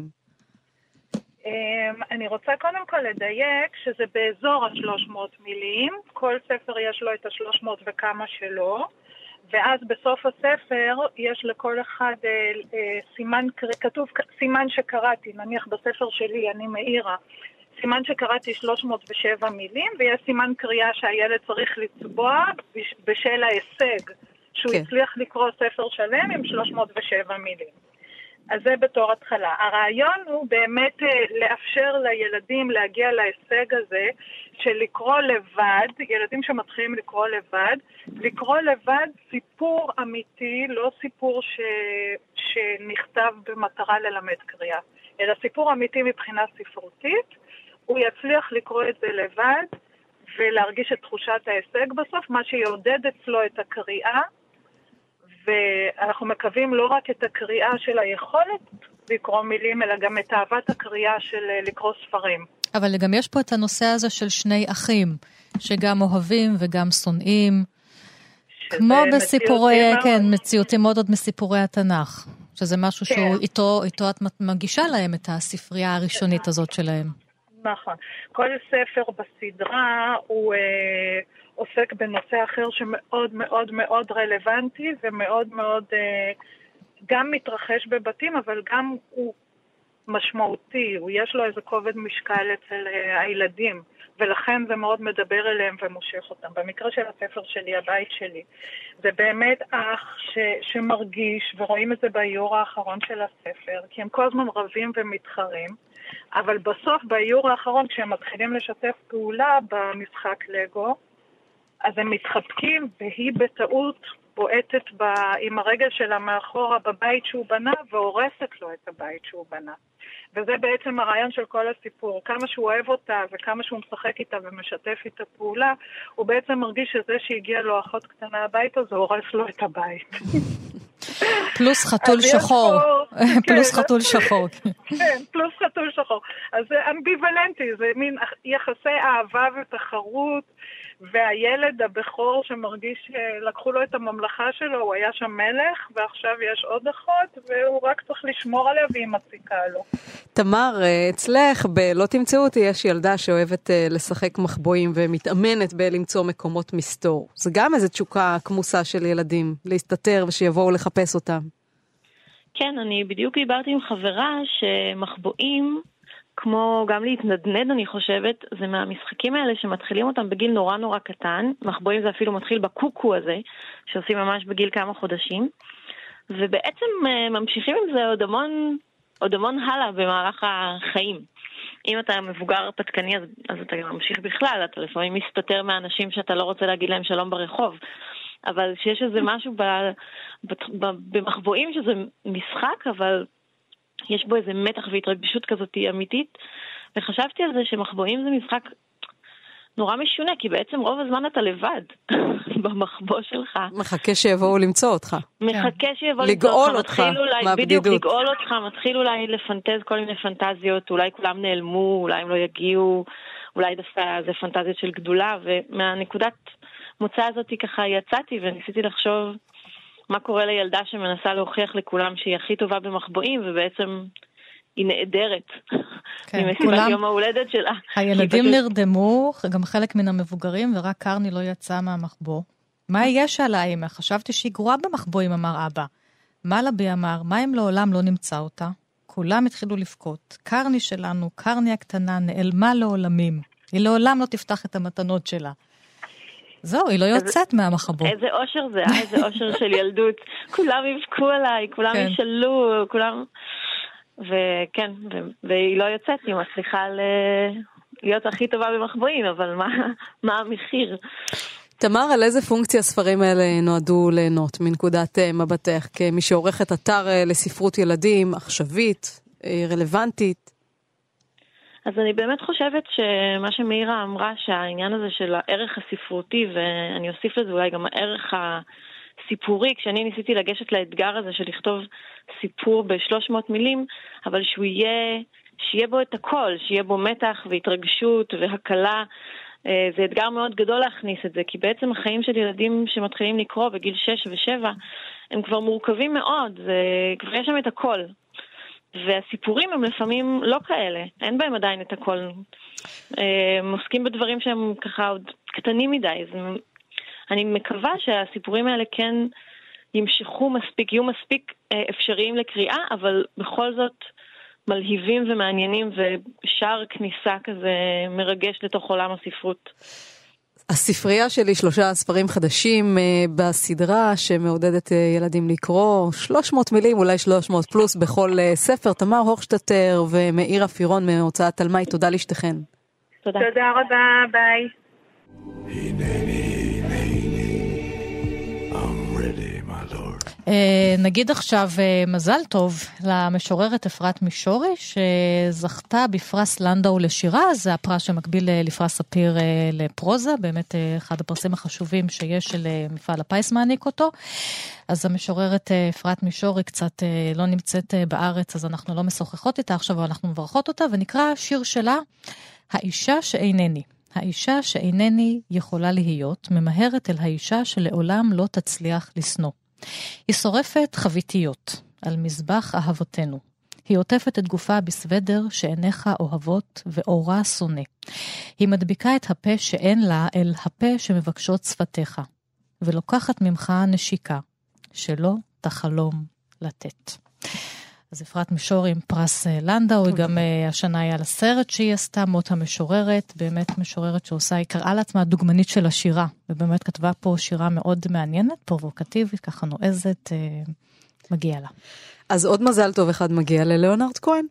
אני רוצה קודם כל לדייק שזה באזור ה-שלוש מאות מילים, כל ספר יש לו את ה-שלוש מאות וכמה שלו, ואז בסוף הספר יש לכל אחד אה, אה, סימן, כתוב סימן שקראתי, נניח בספר שלי, אני מאירה, סימן שקראתי שלוש מאות ושבע מילים, ויש סימן קריאה שהילד צריך לצבוע בשל ההישג, שהוא כן. הצליח לקרוא ספר שלם עם שלוש מאות ושבע מילים. אז זה בתור התחלה. הרעיון הוא באמת לאפשר לילדים להגיע להישג הזה של לקרוא לבד, ילדים שמתחילים לקרוא לבד, לקרוא לבד סיפור אמיתי, לא סיפור ש... שנכתב במטרה ללמד קריאה, אלא סיפור אמיתי מבחינה ספרותית. הוא יצליח לקרוא את זה לבד ולהרגיש את תחושת ההישג בסוף, מה שיעודד אצלו את הקריאה, ואנחנו מקווים לא רק את הקריאה של היכולת לקרוא מילים, אלא גם את אהבת הקריאה של לקרוא ספרים. אבל גם יש פה את הנושא הזה של שני אחים, שגם אוהבים וגם שונאים, כמו בסיפורי, כן, מציאותים מאוד עוד מסיפורי התנ"ך, שזה משהו כן. שהוא איתו, איתו את מגישה להם את הספרייה הראשונית הזאת שלהם. נכון. כל ספר בסדרה הוא אה, עוסק בנושא אחר שמאוד מאוד מאוד רלוונטי ומאוד מאוד אה, גם מתרחש בבתים, אבל גם הוא משמעותי, הוא יש לו איזה כובד משקל אצל אה, הילדים, ולכן זה מאוד מדבר אליהם ומושך אותם. במקרה של הספר שלי, הבית שלי, זה באמת אח ש, שמרגיש, ורואים את זה באיור האחרון של הספר, כי הם כל הזמן רבים ומתחרים, אבל בסוף באיור האחרון, כשהם מתחילים לשתף פעולה במשחק לגו, אז הם מתחבקים, והיא בטעות בועטת ב... עם הרגל שלה מאחורה בבית שהוא בנה, והורסת לו את הבית שהוא בנה. וזה בעצם הרעיון של כל הסיפור. כמה שהוא אוהב אותה, וכמה שהוא משחק איתה ומשתף איתה פעולה, הוא בעצם מרגיש שזה שהגיע לו אחות קטנה הביתה, זה הורס לו את הבית. פלוס חתול שחור. פלוס חתול שחור. כן, פלוס חתול שחור. אז זה אמביוולנטי, זה מין יחסי אהבה ותחרות, והילד הבכור שמרגיש לקחו לו את הממלכה שלו, הוא היה שם מלך, ועכשיו יש עוד אחות, והוא רק צריך לשמור עליה והיא מציקה לו. תמר, אצלך, בלא תמצאו אותי, יש ילדה שאוהבת לשחק מחבואים ומתאמנת בלמצוא מקומות מסתור. זה גם איזו תשוקה כמוסה של ילדים, להסתתר ושיבואו לחפש אותם. כן, אני בדיוק דיברתי עם חברה שמחבואים, כמו גם להתנדנד, אני חושבת, זה מהמשחקים האלה שמתחילים אותם בגיל נורא נורא קטן. מחבואים זה אפילו מתחיל בקוקו הזה, שעושים ממש בגיל כמה חודשים. ובעצם ממשיכים עם זה עוד המון, עוד המון הלאה במהלך החיים. אם אתה מבוגר הרפתקני, אז, אז אתה גם ממשיך בכלל. אתה לפעמים מסתתר מאנשים שאתה לא רוצה להגיד להם שלום ברחוב. אבל שיש איזה משהו ב, ב, ב, במחבואים שזה משחק, אבל יש בו איזה מתח והתרגשות כזאת אמיתית, וחשבתי על זה שמחבואים זה משחק נורא משונה, כי בעצם רוב הזמן אתה לבד במחבוא שלך. מחכה שיבואו למצוא אותך. מחכה שיבואו למצוא אותך. לגאול אותך מהבדידות. בדיוק, לגאול אותך, מתחיל אולי לפנטז כל מיני פנטזיות, אולי כולם נעלמו, אולי הם לא יגיעו, אולי דווקא זה פנטזיות של גדולה, ומהנקודת מוצא הזאת ככה יצאתי וניסיתי לחשוב מה קורה לילדה שמנסה להוכיח לכולם שהיא הכי טובה במחבואים, ובעצם היא נעדרת ממסיבת יום ההולדת שלה. הילדים נרדמו, גם חלק מן המבוגרים, ורק קרני לא יצא מהמחבוא. מה יש עליי? חשבתי שהיא גרועה במחבואים, אמר אבא. מה לבי אמר? מה אם לעולם לא נמצא אותה? כולם התחילו לבכות. קרני שלנו, קרני הקטנה, נעלמה לעולמים. היא לעולם לא תפתח את המתנות שלה. זהו, היא לא יוצאת מהמחבוא. איזה אושר זה, איזה אושר של ילדות. כולם יבכו עליי, כולם ישאלו, כולם... וכן, והיא לא יוצאת, היא מצליחה להיות הכי טובה במחבואים, אבל מה, מה המחיר? תמר, על איזה פונקציה הספרים האלה נועדו ליהנות מנקודת מבטך, כמי שעורכת אתר לספרות ילדים, עכשווית, רלוונטית? אז אני באמת חושבת שמה שמאירה אמרה, שהעניין הזה של הערך הספרותי, ואני אוסיף לזה אולי גם הערך הסיפורי, כשאני ניסיתי לגשת לאתגר הזה של לכתוב סיפור ב-שלוש מאות מילים, אבל שהוא יהיה, שיהיה בו את הכל, שיהיה בו מתח והתרגשות והקלה. זה אתגר מאוד גדול להכניס את זה, כי בעצם החיים של ילדים שמתחילים לקרוא בגיל שש ושבע, הם כבר מורכבים מאוד, זה, כבר יש שם את הכל. והסיפורים הם לפעמים לא כאלה, אין בהם עדיין את הכל. הם עוסקים בדברים שהם ככה עוד קטנים מדי, אז אני מקווה שהסיפורים האלה כן ימשכו מספיק, יהיו מספיק אפשריים לקריאה, אבל בכל זאת מלהיבים ומעניינים, ושער כניסה כזה מרגש לתוך עולם הספרות. הספרייה שלי, שלושה ספרים חדשים בסדרה שמעודדת ילדים לקרוא, שלוש מאות מילים, אולי שלוש מאות פלוס בכל ספר. תמר הוכשטטר ומאירה פירון מהוצאת תלמי, תודה לשתיכן. תודה. תודה רבה, ביי. נגיד עכשיו מזל טוב למשוררת אפרת מישורי, שזכתה בפרס לנדאו לשירה, זה הפרס שמקביל לפרס ספיר לפרוזה, באמת אחד הפרסים החשובים שיש של מפעל הפיס מעניק אותו. אז המשוררת אפרת מישורי קצת לא נמצאת בארץ, אז אנחנו לא משוחחות איתה עכשיו, אבל אנחנו מברכות אותה, ונקרא שיר שלה, האישה שאינני. האישה שאינני יכולה להיות, ממהרת אל האישה שלעולם לא תצליח לסנוע. היא שורפת חביתיות על מזבח אהבותינו. היא עוטפת את גופה בסוודר שעיניך אוהבות ואורה שונא. היא מדביקה את הפה שאין לה אל הפה שמבקשות שפתיך, ולוקחת ממך נשיקה שלא תחלום לתת. אז אפרת מישורי עם פרס לנדאו, היא גם השנה היה לסרט שהיא עשתה, מות המשוררת, באמת משוררת שעושה, היא קראה לעצמה הדוגמנית של השירה, ובאמת כתבה פה שירה מאוד מעניינת, פרובוקטיבית, ככה נועזת, מגיע לה. אז עוד מזל טוב אחד מגיע ללאונרד כהן,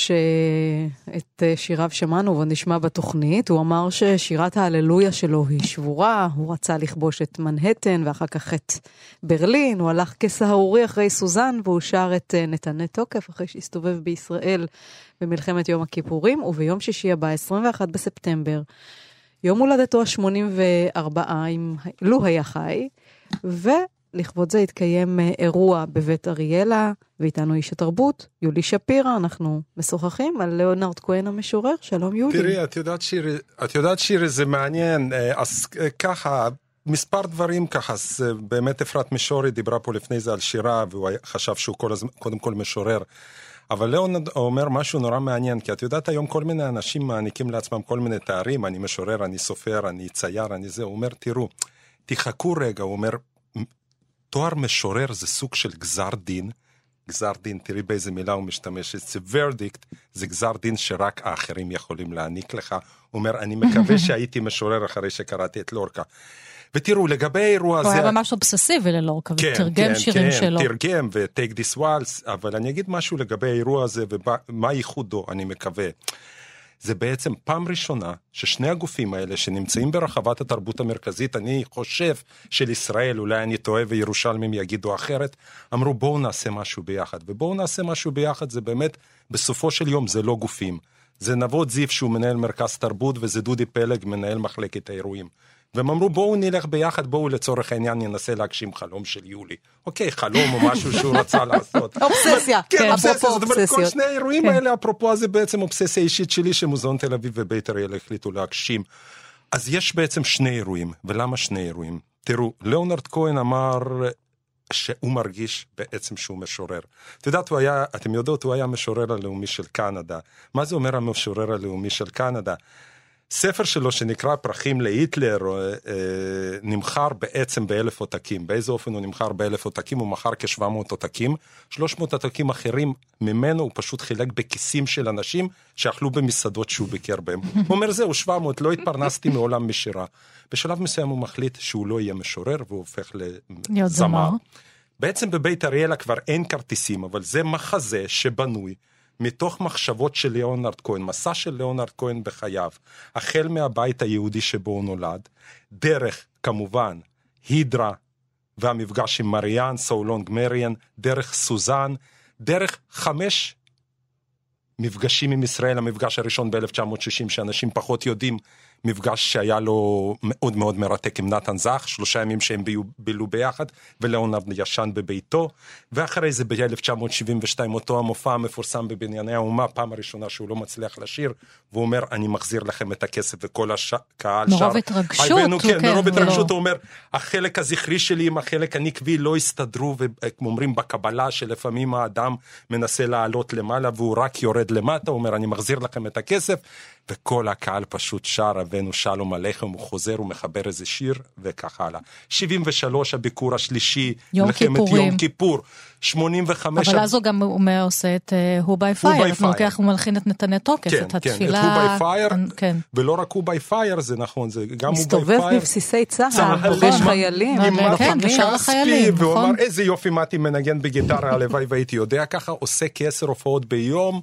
שאת שיריו שמענו ונשמע בתוכנית, הוא אמר ששירת ההללויה שלו היא שבורה, הוא רצה לכבוש את מנהטן ואחר כך את ברלין, הוא הלך כסהרורי אחרי סוזן והוא שר את נתנה תוקף אחרי שהסתובב בישראל במלחמת יום הכיפורים, וביום שישי הבא, עשרים ואחד בספטמבר, יום הולדתו ה-שמונים וארבע, לו היה חי, ו... לכבוד זה התקיים אירוע בבית אריאלה, ואיתנו איש התרבות, יולי שפירה, אנחנו משוחחים על לאונרד כהן המשורר. שלום יולי. תראי, את יודעת שירי, את יודעת שירי, זה מעניין, אז ככה, מספר דברים ככה, אז באמת אפרת מישורי דיברה פה לפני זה על שירה, והוא חשב שהוא כל הזמן, קודם כל משורר, אבל לאונרד אומר משהו נורא מעניין, כי את יודעת היום כל מיני אנשים מעניקים לעצמם כל מיני תארים, אני משורר, אני סופר, אני צייר, אני זה, הוא אומר, תראו, תחכו רגע, הוא אומר, תואר משורר זה סוג של גזר דין, גזר דין, תראי באיזה מילה הוא משתמש, זה verdict, זה גזר דין שרק האחרים יכולים להעניק לך, הוא אומר, אני מקווה שהייתי משורר אחרי שקראתי את לורקה. ותראו, לגבי האירוע הזה... הוא היה ממש אובססיבי ללורקה, ותרגם שירים שלו. כן, תרגם, ו-take this waltz, אבל אני אגיד משהו לגבי האירוע הזה, ומה ייחודו, אני מקווה. זה בעצם פעם ראשונה ששני הגופים האלה שנמצאים ברחבת התרבות המרכזית, אני חושב של ישראל, אולי אני טועה וירושלמים יגידו אחרת, אמרו בואו נעשה משהו ביחד, ובואו נעשה משהו ביחד, זה באמת, בסופו של יום זה לא גופים, זה נבות זיו שהוא מנהל מרכז תרבות, וזה דודי פלג מנהל מחלקת האירועים. והם אמרו בואו נלך ביחד, בואו לצורך העניין ננסה להגשים חלום של יולי. אוקיי, חלום או משהו שהוא רצה לעשות. אובססיה. כן, אובססיה. זאת אומרת, כל שני האירועים האלה, אפרופו זה בעצם אובססיה אישית שלי, שמוזיאון תל אביב ובית אריאל החליטו להגשים. אז יש בעצם שני אירועים. ולמה שני אירועים? תראו, ליאונרד כהן אמר שהוא מרגיש בעצם שהוא משורר. את יודעת, הוא היה, אתם יודעות, הוא היה המשורר הלאומי של קנדה. מה זה אומר המשורר הלאומי של קנדה? ספר שלו שנקרא פרחים להיטלר נמחר בעצם באלף עותקים. באיזה אופן הוא נמחר באלף עותקים? הוא מחר כשבע מאות עותקים. שלוש מאות עותקים אחרים ממנו הוא פשוט חילק בכיסים של אנשים שאכלו במסעדות שהוא ביקר בהם. הוא אומר זהו, שבע מאות, לא התפרנסתי מעולם משירה. בשלב מסוים הוא מחליט שהוא לא יהיה משורר והוא הופך לזמר. בעצם בבית אריאלה כבר אין כרטיסים, אבל זה מחזה שבנוי מתוך מחשבות של ליאונרד כהן, מסע של ליאונרד כהן בחייו, החל מהבית היהודי שבו הוא נולד, דרך כמובן הידרה והמפגש עם מריאן, סאולונג מריאן, דרך סוזן, דרך חמש מפגשים עם ישראל, המפגש הראשון ב-אלף תשע מאות שישים שאנשים פחות יודעים, מפגש שהיה לו מאוד מאוד מרתק עם נתן זך, שלושה ימים שהם בילו ביחד, וליאונרד ישן בביתו, ואחרי זה ב-אלף תשע מאות שבעים ושתיים, אותו המופע המפורסם בבנייני האומה, פעם הראשונה שהוא לא מצליח לשיר, והוא אומר, אני מחזיר לכם את הכסף, וכל הקהל שר. מרוב התרגשות. כן, מרוב התרגשות, הוא אומר, החלק הזכרי שלי עם החלק הנקבי לא הסתדרו, ואומרים בקבלה שלפעמים האדם מנסה לעלות למעלה, והוא רק יורד למטה, הוא אומר, אני מחזיר לכם את הכסף, וכל הקהל פשוט שר, אבנו שלום עליכם, הוא חוזר, הוא מחבר איזה שיר, וכך הלאה. שבעים ושלוש, הביקור השלישי, יום כיפורים. יום כיפור, שמונים וחמש... אבל אז הוא גם אומר, עושה את הוא ביי פייר, הוא לוקח ומלחין את נתני תוקף, כן, את התפילה... כן, את הוא ביי פייר, כן. ולא רק הוא ביי פייר, זה נכון, זה גם הוא ביי מסתובב פייר. בבסיסי צהל, פוגש חיילים. כן, בשאר החיילים, והוא נכון. אמר, איזה יופי מתי מנגן בגיטרה, הלוואי והייתי יודע ככה, עושה כעשר הופעות ביום,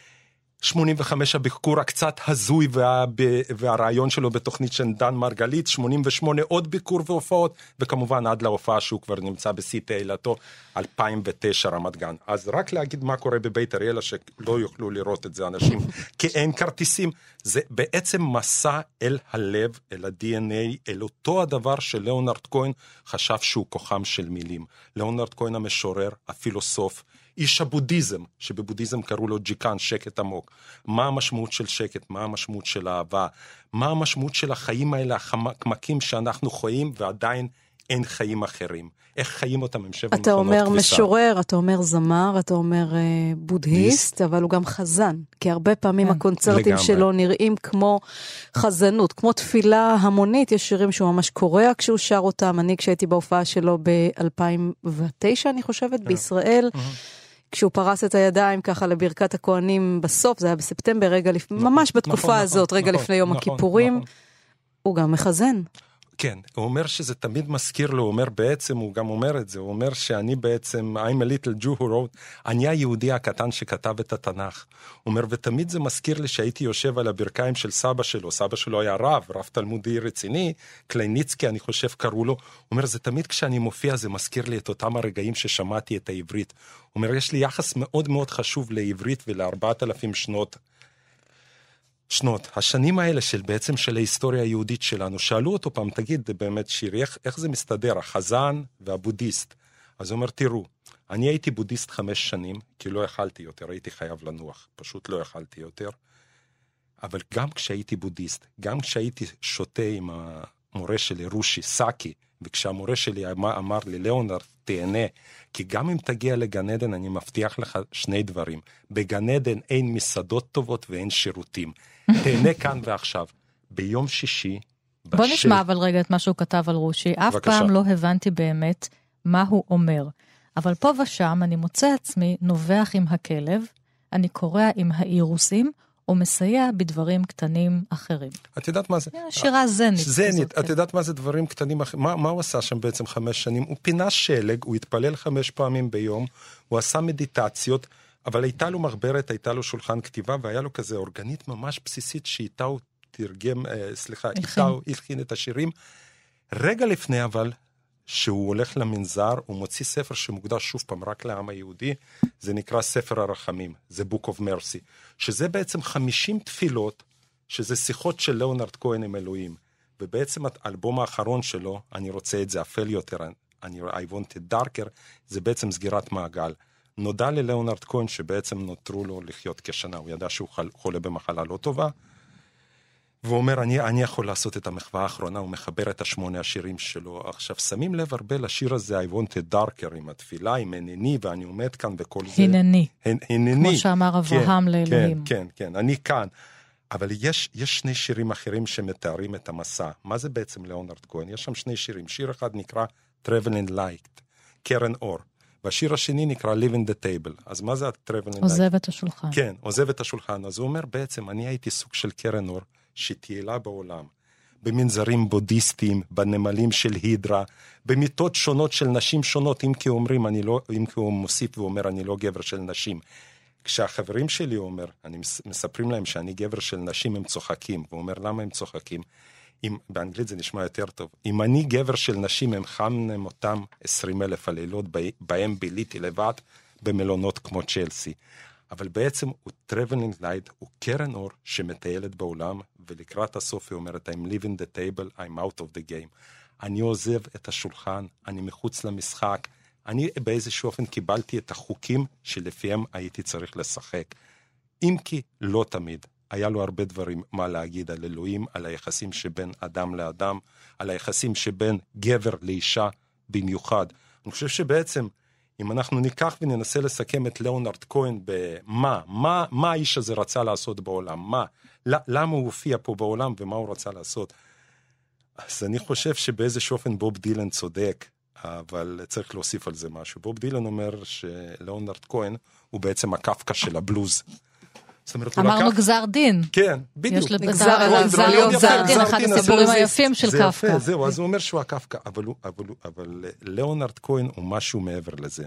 שמונים וחמש הביקור הקצת הזוי וה, והרעיון שלו בתוכנית של דן מרגלית, שמונים ושמונה עוד ביקור והופעות, וכמובן עד להופעה שהוא כבר נמצא בשיא תהילתו, אלפיים ותשע רמת גן. אז רק להגיד מה קורה בבית אריאלה, שלא יוכלו לראות את זה אנשים, כי אין כרטיסים, זה בעצם מסע אל הלב, אל ה-די אן איי, אל אותו הדבר שליאונרד כהן חשב שהוא כוחם של מילים. ליאונרד כהן המשורר, הפילוסוף, איש הבודהיזם, שבבודהיזם קראו לו ג'יקן, שקט עמוק. מה המשמעות של שקט? מה המשמעות של אהבה? מה המשמעות של החיים האלה, החמקים שאנחנו חיים, ועדיין אין חיים אחרים? איך חיים אותם עם שבע מכונות כביסה? אתה אומר משורר, אתה אומר זמר, אתה אומר אה, בודהיסט, אבל הוא גם חזן. כי הרבה פעמים כן. הקונצרטים לגמרי. שלו נראים כמו חזנות, כמו תפילה המונית. יש שירים שהוא ממש קורע כשהוא שר אותם. אני כשהייתי בהופעה שלו ב-אלפיים ותשע, אני חושבת, בישראל, כשהוא פרס את הידיים ככה לברכת הכהנים בסוף, זה היה בספטמבר, רגע לפ... נכון, ממש בתקופה נכון, הזאת, רגע נכון, לפני יום נכון, הכיפורים, נכון. הוא גם מחזן. כן, הוא אומר שזה תמיד מזכיר לו, הוא אומר בעצם, הוא גם אומר את זה, הוא אומר שאני בעצם, I'm a little Jew who wrote, אני היהודי הקטן שכתב את התנ"ך. הוא אומר, ותמיד זה מזכיר לי שהייתי יושב על הברכיים של סבא שלו, סבא שלו היה רב, רב תלמודי רציני, קלייניצקי, אני חושב קראו לו, הוא אומר, זה תמיד כשאני מופיע, זה מזכיר לי את אותם הרגעים ששמעתי את העברית. הוא אומר, יש לי יחס מאוד מאוד חשוב לעברית ולארבעת אלפים שנות שנות, השנים האלה של בעצם של ההיסטוריה היהודית שלנו, שאלו אותו פעם, תגיד באמת שירי, איך, איך זה מסתדר, החזן והבודיסט? אז הוא אומר, תראו, אני הייתי בודיסט חמש שנים, כי לא יכלתי יותר, הייתי חייב לנוח, פשוט לא יכלתי יותר, אבל גם כשהייתי בודיסט, גם כשהייתי שותה עם המורה שלי, רושי, סאקי, וכשהמורה שלי אמר, אמר לי, ליאונרד, תהנה, כי גם אם תגיע לגן עדן, אני מבטיח לך שני דברים, בגן עדן אין מסעדות טובות ואין שירותים, תהנה כאן ועכשיו. ביום שישי... בוא בשל... נשמע אבל רגע את מה שהוא כתב על רושי. אף בבקשה. פעם לא הבנתי באמת מה הוא אומר. אבל פה ושם אני מוצא עצמי נובח עם הכלב, אני קורא עם האירוסים, או מסייע בדברים קטנים אחרים. את יודעת מה זה? שירה זנית. זנית, את יודעת מה זה דברים קטנים אחרים? מה, מה הוא עשה שם בעצם חמש שנים? הוא פינה שלג, הוא התפלל חמש פעמים ביום, הוא עשה מדיטציות, אבל הייתה לו מחברת, הייתה לו שולחן כתיבה, והיה לו כזה אורגנית ממש בסיסית, שאיתה הוא תרגם, אה, סליחה, איתה הוא הלחין את השירים. רגע לפני אבל, שהוא הולך למנזר, הוא מוציא ספר שמוקדש שוב פעם רק לעם היהודי, זה נקרא ספר הרחמים, זה Book of Mercy, שזה בעצם חמישים תפילות, שזה שיחות של ליאונרד כהן עם אלוהים, ובעצם האלבום האחרון שלו, אני רוצה את זה אפל יותר, אני, I want it darker, זה בעצם סגירת מעגל. נודע לליאונרד כהן שבעצם נותרו לו לחיות כשנה, הוא ידע שהוא חולה במחלה לא טובה, והוא אומר, אני, אני יכול לעשות את המחווה האחרונה, הוא מחבר את השמונה השירים שלו. עכשיו, שמים לב הרבה לשיר הזה, I want it darker, עם התפילה, עם הנני, ואני עומד כאן וכל זה. הנני. הנני. כמו שאמר אברהם כן, לאלוהים. כן, כן, כן, אני כאן. אבל יש, יש שני שירים אחרים שמתארים את המסע. מה זה בעצם ליאונרד כהן? יש שם שני שירים. שיר אחד נקרא Traveling Light, קרן אור. והשיר השני נקרא Live in the Table. אז מה זה ה-Traveling Light? עוזב את השולחן. כן, עוזב את השולחן. אז הוא אומר בעצם, אני הייתי סוג של קרן אור, שתהילה בעולם, במנזרים בודיסטיים, בנמלים של הידרה, במיטות שונות של נשים שונות, אם כי אומרים, אני לא, אם כי הוא מוסיף ואומר, אני לא גבר של נשים. כשהחברים שלי אומר, אני מספרים להם שאני גבר של נשים, הם צוחקים. הוא אומר, למה הם צוחקים? אם, באנגלית זה נשמע יותר טוב. אם אני גבר של נשים, הם חמם אותם עשרים אלף הלילות, בהם ביליתי לבד, במלונות כמו צ'לסי. אבל בעצם הוא traveling light, הוא קרן אור שמטיילת בעולם, ולקראת הסוף היא אומרת, I'm leaving the table, I'm out of the game. אני עוזב את השולחן, אני מחוץ למשחק, אני באיזשהו אופן קיבלתי את החוקים שלפיהם הייתי צריך לשחק. אם כי לא תמיד, היה לו הרבה דברים מה להגיד על אלוהים, על היחסים שבין אדם לאדם, על היחסים שבין גבר לאישה במיוחד. אני חושב שבעצם, אם אנחנו ניקח וננסה לסכם את ליאונרד כהן במה, מה, מה האיש הזה רצה לעשות בעולם, מה, למה הוא הופיע פה בעולם ומה הוא רצה לעשות. אז אני חושב שבאיזשהו אופן בוב דילן צודק, אבל צריך להוסיף על זה משהו. בוב דילן אומר שליאונרד כהן הוא בעצם הקפקא של הבלוז. אמרנו גזר דין. כן, בדיוק. יש גזר דין, אחד הסיפורים היפים של קפקא. זה יפה, זהו, אז הוא אומר שהוא הקפקא, אבל ליאונרד כהן הוא משהו מעבר לזה.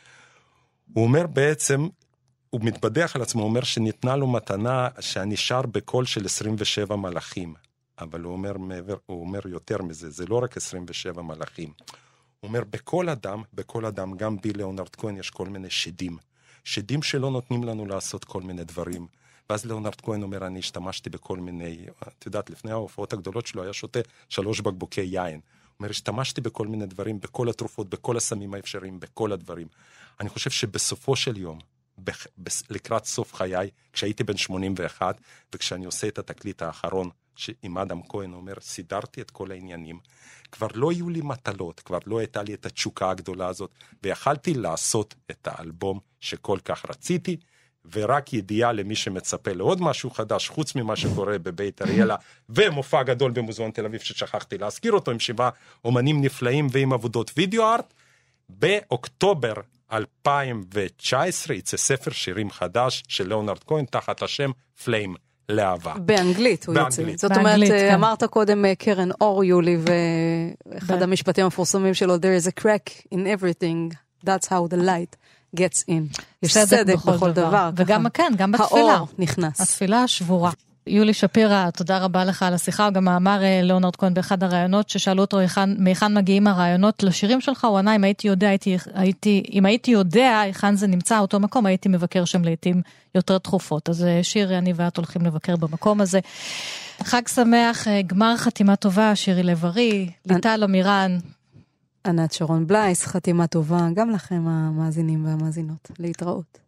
הוא אומר בעצם, הוא מתבדח על עצמו, הוא אומר שניתנה לו מתנה שהנשאר בקול של עשרים ושבע מלאכים, אבל הוא אומר, הוא אומר יותר מזה, זה לא רק עשרים ושבע מלאכים. הוא אומר, בכל אדם, בכל אדם, גם בי ליאונרד כהן יש כל מיני שדים. שדים שלא נותנים לנו לעשות כל מיני דברים. ואז ליאונרד כהן אומר, אני השתמשתי בכל מיני, את יודעת, לפני ההופעות הגדולות שלו היה שותה שלוש בקבוקי יין. הוא אומר, השתמשתי בכל מיני דברים, בכל התרופות, בכל הסמים האפשריים, בכל הדברים. אני חושב שבסופו של יום, בח, בס, לקראת סוף חיי, כשהייתי בן שמונים ואחת, וכשאני עושה את התקליט האחרון, עם אדם כהן אומר, סידרתי את כל העניינים, כבר לא יהיו לי מטלות, כבר לא הייתה לי את התשוקה הגדולה הזאת, ויכלתי לעשות את האלבום שכל כך רציתי, ורק ידיעה למי שמצפה לעוד משהו חדש, חוץ ממה שקורה בבית אריאלה, ומופע גדול במוזיאון תל אביב ששכחתי להזכיר אותו, עם שבעה אומנים נפלאים ועם עבודות וידאו ארט, באוקטובר אלפיים תשע עשרה יצא ספר שירים חדש של ליאונרד כהן, תחת השם פליים. לאהבה. באנגלית הוא יוצא. זאת אומרת, אמרת קודם קרן אור יולי, ואחד המשפטים המפורסמים שלו, there is a crack in everything, that's how the light gets in. יש צדק בכל דבר. וגם כן, גם בתפילה. האור נכנס. התפילה השבורה. יולי שפירא, תודה רבה לך על השיחה, גם אמר ליאונרד כהן באחד הרעיונות, ששאלו אותו מהיכן מגיעים הרעיונות לשירים שלך, הוא ענה, אם הייתי יודע, הייתי, הייתי, אם הייתי יודע, היכן זה נמצא, אותו מקום, הייתי מבקר שם לעתים יותר תכופות. אז שירי, אני ואת הולכים לבקר במקום הזה. חג שמח, גמר חתימה טובה, שירי לב-ארי, ליטל אמירן. ענת שרון בלייס, חתימה טובה, גם לכם המאזינים והמאזינות. להתראות.